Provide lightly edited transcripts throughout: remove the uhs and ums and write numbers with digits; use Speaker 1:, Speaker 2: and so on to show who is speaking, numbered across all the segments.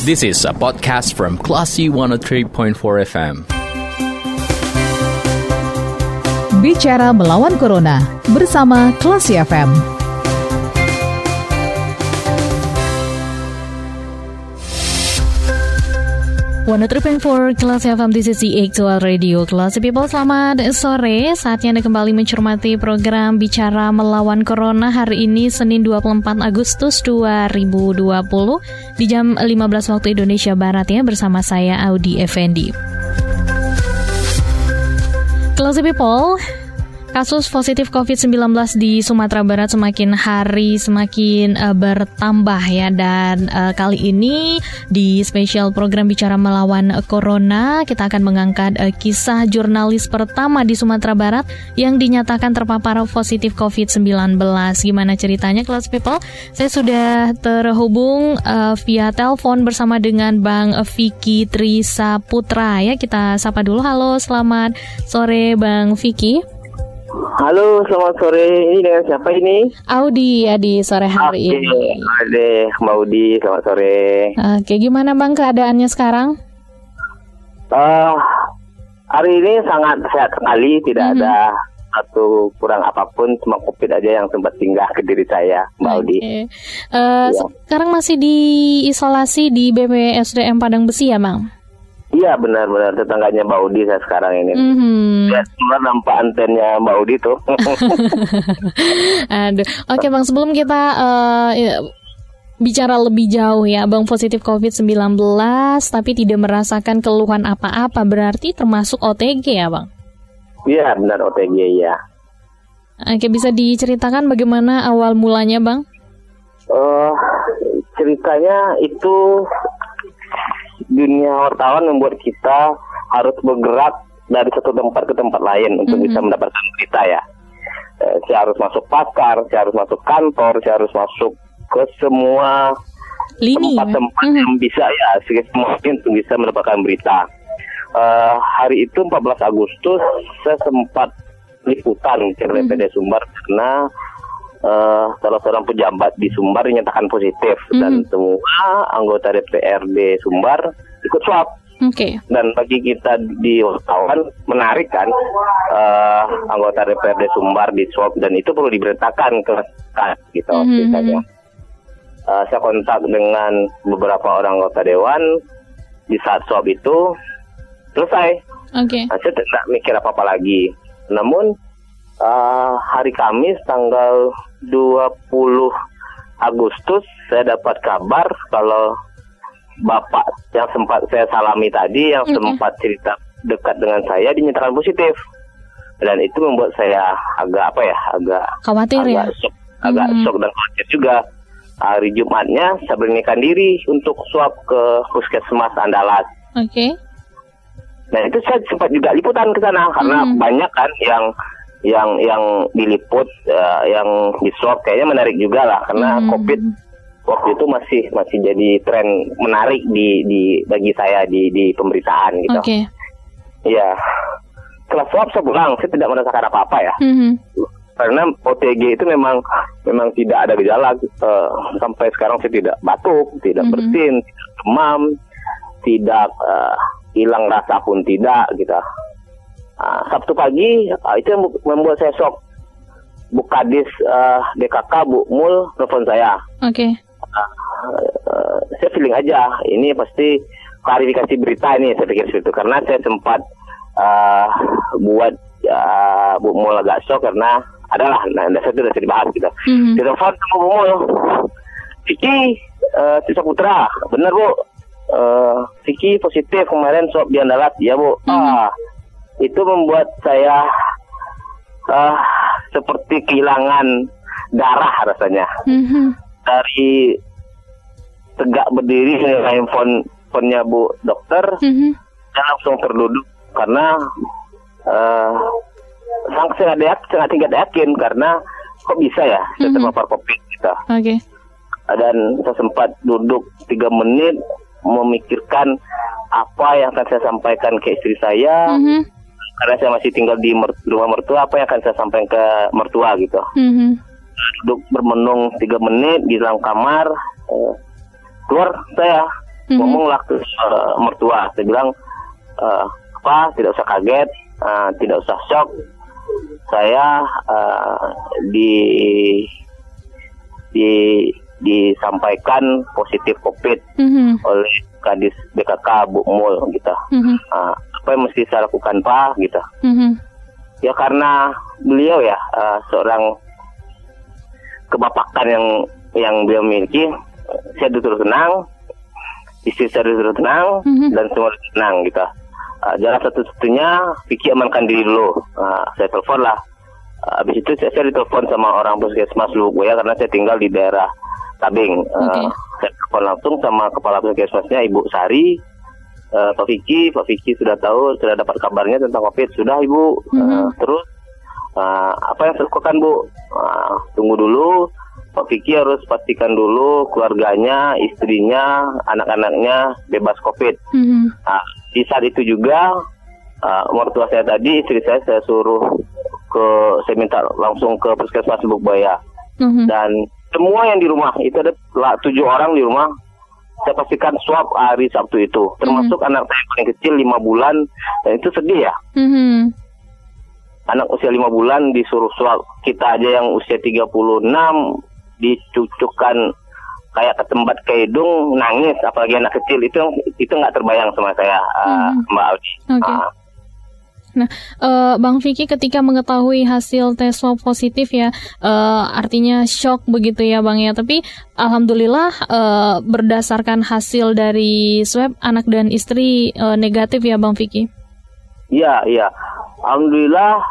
Speaker 1: This is a podcast from Classy 103.4 FM.
Speaker 2: Bicara melawan Corona bersama Classy FM. For Classy FM, this is the Actual Radio. Classy People, selamat sore. Saatnya Anda kembali mencermati program Bicara Melawan Corona hari ini Senin 24 Agustus 2020 di jam 15 waktu Indonesia Barat ya, bersama saya Audi Effendi. Classy People, kasus positif COVID-19 di Sumatera Barat semakin hari semakin bertambah ya, dan kali ini di spesial program Bicara Melawan Corona kita akan mengangkat kisah jurnalis pertama di Sumatera Barat yang dinyatakan terpapar positif COVID-19. Gimana ceritanya, Class People? Saya sudah terhubung via telepon bersama dengan Bang Vicky Trisaputra ya. Kita sapa dulu. Halo, selamat sore Bang Vicky.
Speaker 3: Halo, selamat sore. Ini dengan siapa ini?
Speaker 2: Audi ya di sore hari ini.
Speaker 3: Mbak Audi, selamat sore.
Speaker 2: Oke, gimana Bang keadaannya sekarang?
Speaker 3: Hari ini sangat sehat sekali, tidak ada satu kurang apapun, cuma COVID aja yang sempat singgah ke diri saya, Mbak Audi.
Speaker 2: Sekarang masih diisolasi di BPSDM Padang Besi ya, Bang?
Speaker 3: Iya, benar-benar tetangganya Mbak Audi saya sekarang ini. Lihat nampak antennya Mbak Audi tuh.
Speaker 2: Aduh, oke Bang, sebelum kita bicara lebih jauh ya, Bang positif COVID-19 tapi tidak merasakan keluhan apa-apa, berarti termasuk OTG ya Bang?
Speaker 3: Iya, benar OTG ya.
Speaker 2: Oke, bisa diceritakan bagaimana awal mulanya Bang?
Speaker 3: Ceritanya itu dunia wartawan membuat kita harus bergerak dari satu tempat ke tempat lain untuk bisa mendapatkan berita ya. Saya harus masuk pasar, saya harus masuk kantor, saya harus masuk ke semua tempat-tempat yang bisa ya, semua untuk bisa mendapatkan berita. Hari itu 14 Agustus saya sempat liputan ke DPD Sumbar karena salah seorang pejabat di Sumbar dinyatakan positif dan semua anggota DPRD Sumbar ikut swab. Dan bagi kita di wartawan menarik kan, anggota DPRD Sumbar di swab, dan itu perlu diberitakan ke gitu. Saya kontak dengan beberapa orang anggota dewan di saat swab itu selesai. Saya tidak mikir apa-apa lagi. Namun hari Kamis tanggal 20 Agustus saya dapat kabar kalau bapak yang sempat saya salami tadi, yang sempat cerita dekat dengan saya, dinyatakan positif. Dan itu membuat saya agak
Speaker 2: khawatir ya?
Speaker 3: Shock dan khawatir juga. Hari Jumatnya saya beranikan diri untuk swab ke Puskesmas Andalas. Nah itu saya sempat juga liputan ke sana karena banyak kan yang diliput, yang di swab, kayaknya menarik juga lah karena COVID waktu itu masih jadi tren menarik di bagi saya di pemberitaan gitu. Iya. Setelah swab saya pulang, saya tidak merasakan apa-apa ya. Karena OTG itu memang tidak ada gejala. Sampai sekarang saya tidak batuk, tidak bersin, tidak demam, tidak hilang rasa pun tidak gitu. Sabtu pagi itu yang membuat saya shock. Bu Kadis DKK Bu Mul telepon saya. Saya feeling aja ini pasti klarifikasi berita ini, saya pikir seperti itu, karena saya sempat buat Bu Mul agak shock karena adalah saya sudah dibahas gitu. Telepon sama Bu Mul, Vicky Trisaputra, benar Bu, Vicky positif kemarin swab di Andalas, ya Bu. Itu membuat saya seperti kehilangan darah rasanya. Dari tegak berdiri dengan handphonenya Bu dokter, saya langsung terduduk karena saya tidak yakin karena kok bisa ya saya terpapar COVID gitu. Dan saya sempat duduk 3 menit memikirkan apa yang akan saya sampaikan ke istri saya. Karena saya masih tinggal di rumah mertua, apa yang akan saya sampaikan ke mertua gitu. Duduk bermenung 3 menit di dalam kamar, keluar saya ngomonglah ke mertua. Saya bilang, tidak usah kaget, tidak usah shock. Saya disampaikan positif COVID oleh Kadis BKK Bu Mul gitu. Apa yang mesti saya lakukan Pak gitu? Ya karena beliau ya seorang kebapakan yang beliau miliki, saya terus tenang, istri saya terus tenang, dan semua tenang gitu. Jalan satu-satunya Vicky amankan diri dulu. Saya telepon lah. Habis itu saya ditelepon sama orang puskesmas Lubuk karena saya tinggal di daerah Tabing. Saya telepon langsung sama kepala puskesmasnya Ibu Sari. Pak Vicky sudah tahu, sudah dapat kabarnya tentang COVID. Sudah Ibu. Terus apa yang saya lakukan Bu? Tunggu dulu. Pak Vicky harus pastikan dulu keluarganya, istrinya, anak-anaknya bebas COVID. Di saat itu juga mertua saya tadi, istri saya suruh saya minta langsung ke puskesmas Lubukbaya. Dan semua yang di rumah, itu ada 7 orang di rumah, saya pastikan swab hari Sabtu itu. Termasuk anak saya yang paling kecil 5 bulan, dan itu sedih ya. Anak usia 5 bulan disuruh swab. Kita aja yang usia 36 dicucukkan kayak ketembat ke hidung, nangis. Apalagi anak kecil, itu nggak terbayang sama saya, Mbak Audi.
Speaker 2: Nah, Bang Vicky ketika mengetahui hasil tes swab positif ya, artinya shock begitu ya Bang ya. Tapi alhamdulillah berdasarkan hasil dari swab anak dan istri negatif ya Bang Vicky. Iya.
Speaker 3: Alhamdulillah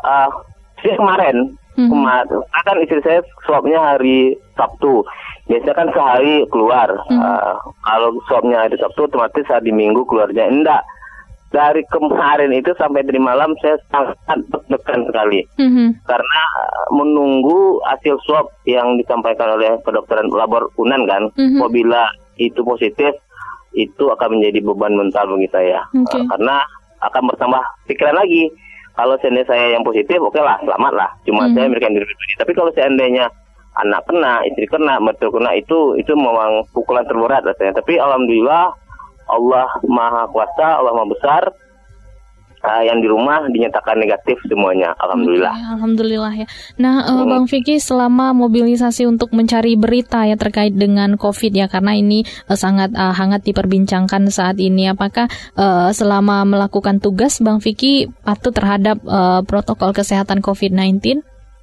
Speaker 3: kemarin kan istri saya swabnya hari Sabtu. Biasanya kan sehari keluar. Kalau swabnya hari Sabtu otomatis hari Minggu keluarnya. Enggak. Dari kemarin itu sampai tadi malam saya sangat deg-degan sekali. Karena menunggu hasil swab yang disampaikan oleh kedokteran labor Unan kan. Apabila itu positif, itu akan menjadi beban mental bagi saya. Karena akan bertambah pikiran lagi. Kalau seandainya saya yang positif, oke lah, selamat lah. Cuma saya memberikan diri pribadi. Tapi kalau seandainya anak kena, istri kena, mertua kena, itu memang pukulan terberat rasanya. Tapi alhamdulillah, Allah Maha Kuasa, Allah Maha Besar, yang di rumah dinyatakan negatif semuanya. Alhamdulillah.
Speaker 2: Alhamdulillah ya. Nah, Bang Vicky, selama mobilisasi untuk mencari berita ya terkait dengan COVID ya, karena ini sangat hangat diperbincangkan saat ini. Apakah selama melakukan tugas Bang Vicky patuh terhadap protokol kesehatan COVID-19?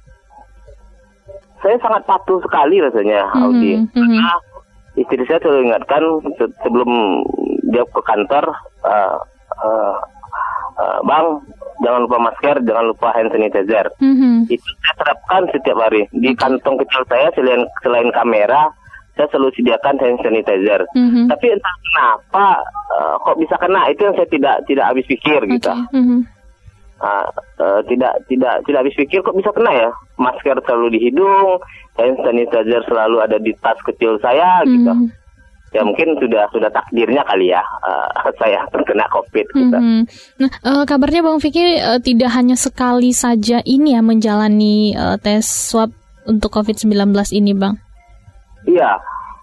Speaker 3: Saya sangat patuh sekali rasanya, Audi. Karena istri saya selalu ingatkan sebelum dia ke kantor, Bang, jangan lupa masker, jangan lupa hand sanitizer. Itu saya terapkan setiap hari. Di kantong kecil saya selain kamera, saya selalu sediakan hand sanitizer. Tapi entah kenapa kok bisa kena, itu yang saya tidak habis pikir gitu. Tidak habis pikir kok bisa kena ya. Masker selalu di hidung, hand sanitizer selalu ada di tas kecil saya gitu. Ya mungkin sudah takdirnya kali ya saya terkena COVID gitu.
Speaker 2: Nah, kabarnya Bang Vicky tidak hanya sekali saja ini ya menjalani tes swab untuk COVID-19 ini Bang.
Speaker 3: Iya.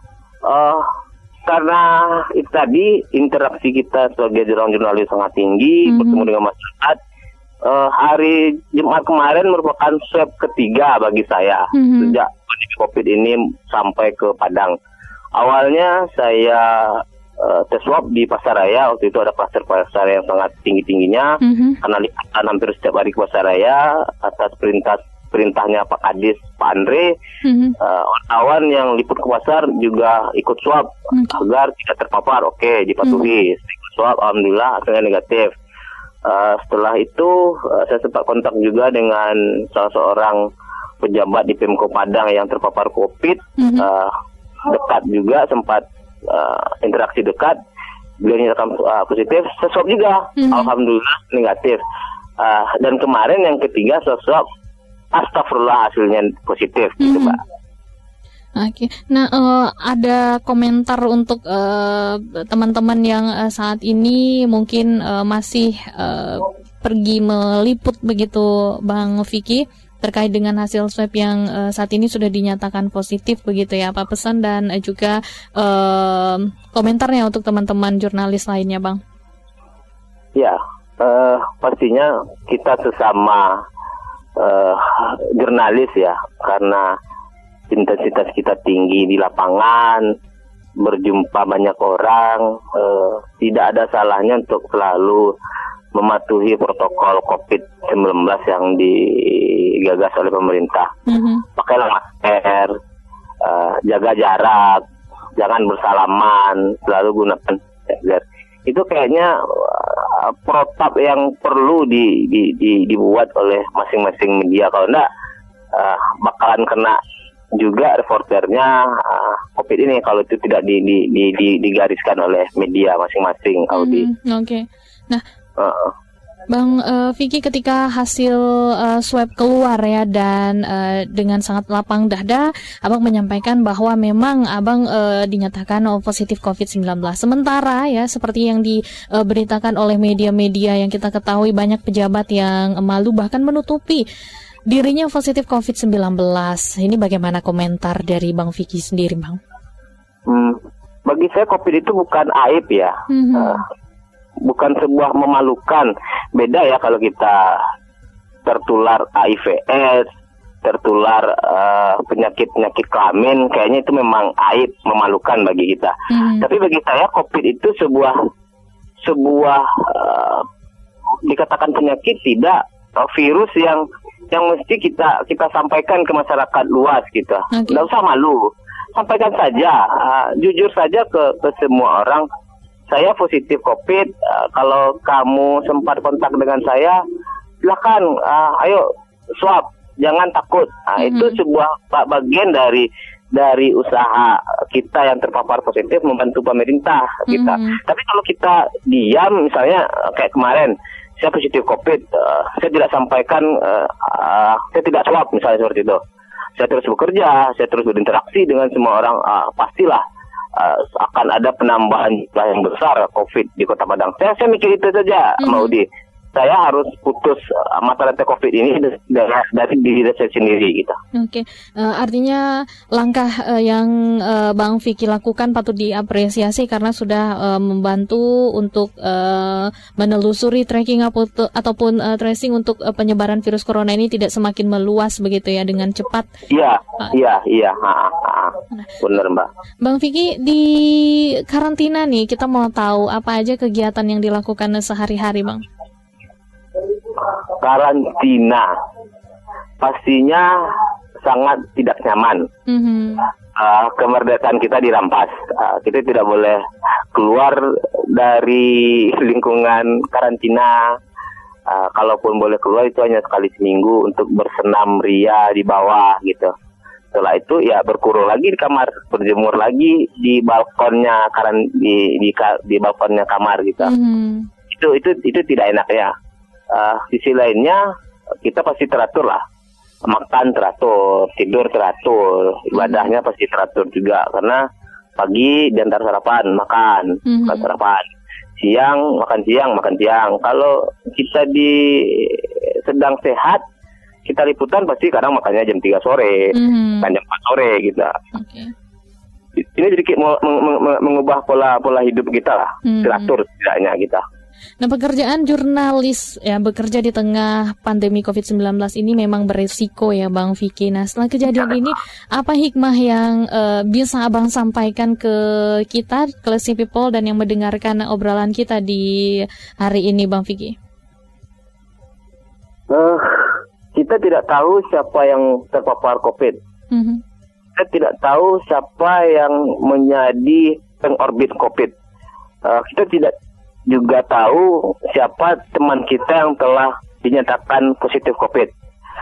Speaker 3: Karena itu tadi interaksi kita sebagai jurnalis sangat tinggi, bertemu dengan masyarakat. Hari Jumat kemarin merupakan swab ketiga bagi saya sejak pandemi COVID ini sampai ke Padang. Awalnya saya tes swab di Pasaraya. Waktu itu ada kluster Pasaraya yang sangat tinggi-tingginya, karena liputan hampir setiap hari ke Pasaraya atas perintahnya Pak Kadis, Pak Andre. Wartawan yang liput ke pasar juga ikut swab agar tidak terpapar. Oke, dipatuhi. Ikut swab, alhamdulillah hasilnya negatif. Setelah itu saya sempat kontak juga dengan salah seorang pejabat di Pemko Padang yang terpapar COVID. Dekat juga, sempat interaksi dekat. Beliau nyatakan positif, saya swab juga, alhamdulillah negatif. Dan kemarin yang ketiga saya swab, astagfirullah hasilnya positif gitu Pak.
Speaker 2: Oke. Nah, ada komentar untuk teman-teman yang saat ini mungkin masih pergi meliput begitu Bang Vicky. terkait dengan hasil swab yang saat ini sudah dinyatakan positif begitu ya. Apa pesan dan juga komentarnya untuk teman-teman jurnalis lainnya, Bang?
Speaker 3: Ya, pastinya kita sesama jurnalis ya, karena intensitas kita tinggi di lapangan, berjumpa banyak orang, tidak ada salahnya untuk selalu mematuhi protokol COVID-19 yang digagas oleh pemerintah. Pakailah masker, jaga jarak, jangan bersalaman, selalu gunakan masker. Itu kayaknya protap yang perlu dibuat oleh masing-masing media. Kalau enggak, bakalan kena juga reporternya COVID ini kalau itu tidak digariskan oleh media masing-masing, Audi.
Speaker 2: Oke. Nah, Bang Vicky, ketika hasil swab keluar ya dan dengan sangat lapang dada, Abang menyampaikan bahwa memang Abang dinyatakan positif COVID-19. Sementara ya seperti yang diberitakan oleh media-media yang kita ketahui, banyak pejabat yang malu bahkan menutupi dirinya positif COVID-19. Ini bagaimana komentar dari Bang Vicky sendiri, Bang?
Speaker 3: Bagi saya COVID itu bukan aib ya. Bukan sebuah memalukan. Beda ya kalau kita tertular HIV/AIDS, tertular penyakit-penyakit kelamin, kayaknya itu memang aib, memalukan bagi kita. Tapi bagi saya COVID itu sebuah dikatakan penyakit, tidak virus yang mesti kita sampaikan ke masyarakat luas gitu. Nggak usah malu, sampaikan saja, jujur saja ke semua orang. Saya positif COVID. Kalau kamu sempat kontak dengan saya, silakan, ayo swab, jangan takut. Itu sebuah bagian dari usaha kita yang terpapar positif membantu pemerintah kita. Tapi kalau kita diam, misalnya kayak kemarin, saya positif COVID, saya tidak sampaikan, saya tidak swab misalnya seperti itu. Saya terus bekerja, saya terus berinteraksi dengan semua orang, pastilah akan ada penambahan yang besar COVID di Kota Padang. Saya mikir itu saja, Maudi. Saya harus putus mata rantai COVID ini dari diri saya sendiri gitu.
Speaker 2: Oke. Artinya langkah yang Bang Vicky lakukan patut diapresiasi karena sudah membantu untuk menelusuri tracking ataupun tracing untuk penyebaran virus corona ini tidak semakin meluas begitu ya dengan cepat.
Speaker 3: Iya. Benar, Mbak.
Speaker 2: Bang Vicky, di karantina nih kita mau tahu apa aja kegiatan yang dilakukan sehari-hari, Bang?
Speaker 3: Karantina pastinya sangat tidak nyaman. Kemerdekaan kita dirampas. Kita tidak boleh keluar dari lingkungan karantina. Kalaupun boleh keluar itu hanya sekali seminggu untuk bersenam ria di bawah gitu. Setelah itu ya berkurung lagi di kamar, berjemur lagi di balkonnya di balkonnya kamar gitu. Itu tidak enak ya. Sisi lainnya kita pasti teratur lah, makan teratur, tidur teratur, ibadahnya pasti teratur juga karena pagi diantar sarapan makan sarapan, siang makan siang. Kalau kita sedang sehat, kita liputan pasti kadang makannya jam 3 sore, kan jam 4 sore gitu. Ini sedikit mengubah pola hidup kita lah, teratur setidaknya kita.
Speaker 2: Nah, pekerjaan jurnalis ya bekerja di tengah pandemi COVID-19 ini memang beresiko ya, Bang Vicky. Nah, setelah kejadian ini, apa hikmah yang bisa Abang sampaikan ke kita, Classy People, dan yang mendengarkan obrolan kita di hari ini, Bang Vicky?
Speaker 3: Kita tidak tahu siapa yang terpapar COVID. Kita tidak tahu siapa yang menjadi pengorbit COVID. Kita tidak juga tahu siapa teman kita yang telah dinyatakan positif COVID.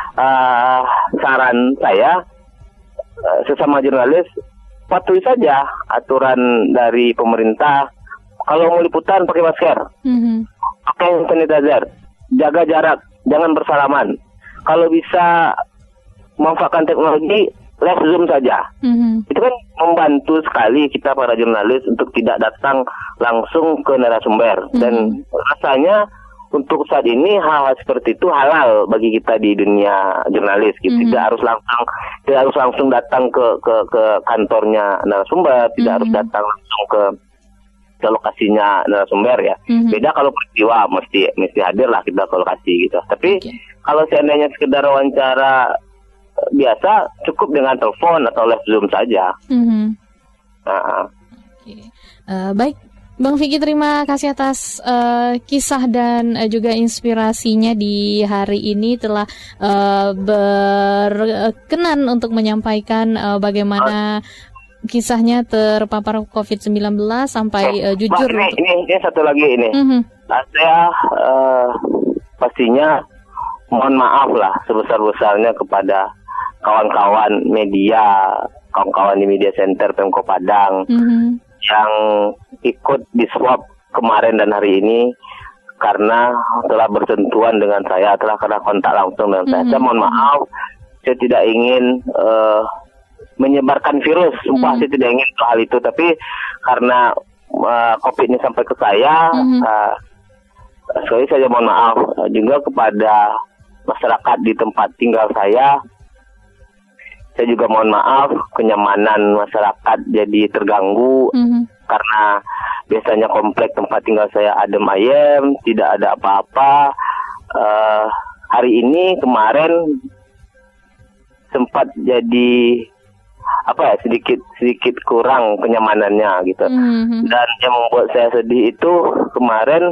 Speaker 3: Saran saya, sesama jurnalis, patuhi saja aturan dari pemerintah. Kalau mau liputan pakai masker, pakai sanitizer, jaga jarak, jangan bersalaman. Kalau bisa memanfaatkan teknologi, live Zoom saja. Itu kan membantu sekali kita para jurnalis untuk tidak datang langsung ke narasumber. Dan rasanya untuk saat ini hal-hal seperti itu halal bagi kita di dunia jurnalis gitu. Tidak harus langsung datang ke kantornya narasumber, tidak harus datang langsung ke lokasinya narasumber ya. Beda kalau peristiwa mesti hadir lah kita ke lokasi gitu. Tapi kalau seandainya sekedar wawancara biasa cukup dengan telepon atau live Zoom saja.
Speaker 2: Baik, Bang Vicky, terima kasih atas kisah dan juga inspirasinya di hari ini, telah berkenan untuk menyampaikan bagaimana kisahnya terpapar COVID-19 sampai jujur.
Speaker 3: Ini satu lagi ini. Saya pastinya mohon maaf lah sebesar-besarnya kepada kawan-kawan media, kawan-kawan di media center Pemko Padang yang ikut di swab kemarin dan hari ini karena telah bersentuhan dengan saya, telah kena kontak langsung dengan saya. Saya mohon maaf, saya tidak ingin menyebarkan virus, sumpah saya tidak ingin hal itu, tapi karena COVID ini sampai ke saya, sekali saja mohon maaf juga kepada masyarakat di tempat tinggal saya. Saya juga mohon maaf kenyamanan masyarakat jadi terganggu karena biasanya komplek tempat tinggal saya adem ayem, tidak ada apa-apa. Hari ini kemarin sempat jadi sedikit kurang kenyamanannya gitu. Dan yang membuat saya sedih itu kemarin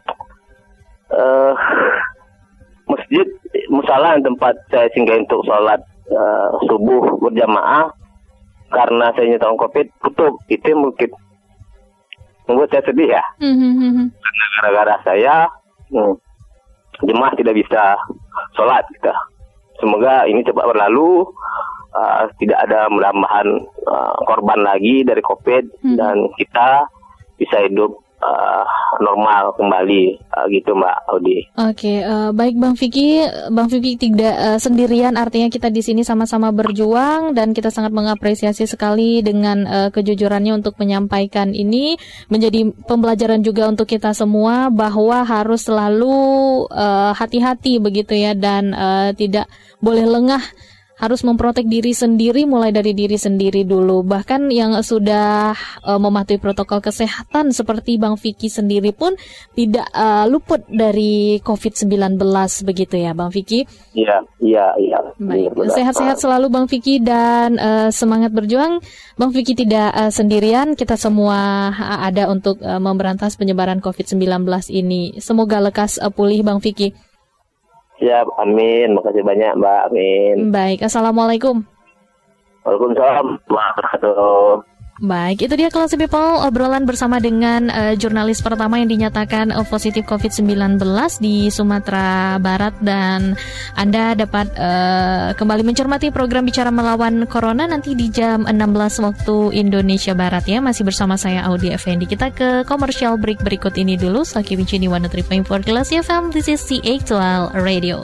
Speaker 3: masjid musola tempat saya singgah untuk sholat subuh berjamaah karena saya nyetang COVID tutup. Itu mungkin membuat saya sedih ya. Karena gara-gara saya jemaah tidak bisa sholat gitu. Semoga ini cepat berlalu, tidak ada menambahan korban lagi dari COVID dan kita bisa hidup normal kembali gitu Mbak Audi.
Speaker 2: Oke, baik Bang Vicky tidak sendirian, artinya kita di sini sama-sama berjuang dan kita sangat mengapresiasi sekali dengan kejujurannya untuk menyampaikan ini, menjadi pembelajaran juga untuk kita semua bahwa harus selalu hati-hati begitu ya, dan tidak boleh lengah, harus memprotek diri sendiri, mulai dari diri sendiri dulu. Bahkan yang sudah mematuhi protokol kesehatan seperti Bang Vicky sendiri pun tidak luput dari COVID-19 begitu ya Bang Vicky?
Speaker 3: Iya.
Speaker 2: Baik, sehat-sehat selalu Bang Vicky dan semangat berjuang. Bang Vicky tidak sendirian, kita semua ada untuk memberantas penyebaran COVID-19 ini. Semoga lekas pulih Bang Vicky.
Speaker 3: Siap, amin. Makasih banyak Mbak, amin.
Speaker 2: Baik, Assalamualaikum.
Speaker 3: Waalaikumsalam warahmatullahi.
Speaker 2: Baik, itu dia Classy People, obrolan bersama dengan jurnalis pertama yang dinyatakan positif COVID-19 di Sumatera Barat. Dan Anda dapat kembali mencermati program Bicara Melawan Corona nanti di jam 16 waktu Indonesia Barat ya. Masih bersama saya Audi Effendi. Kita ke commercial break berikut ini dulu. Saki Wincini 103.4 Classy FM. This is the Actual Radio.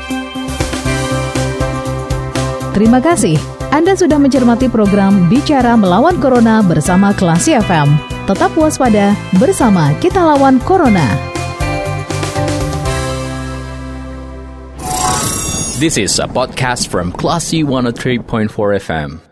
Speaker 4: Terima kasih. Anda sudah mencermati program Bicara Melawan Corona bersama Classy FM. Tetap waspada, bersama kita lawan Corona.
Speaker 1: This is a podcast from Classy 103.4 FM.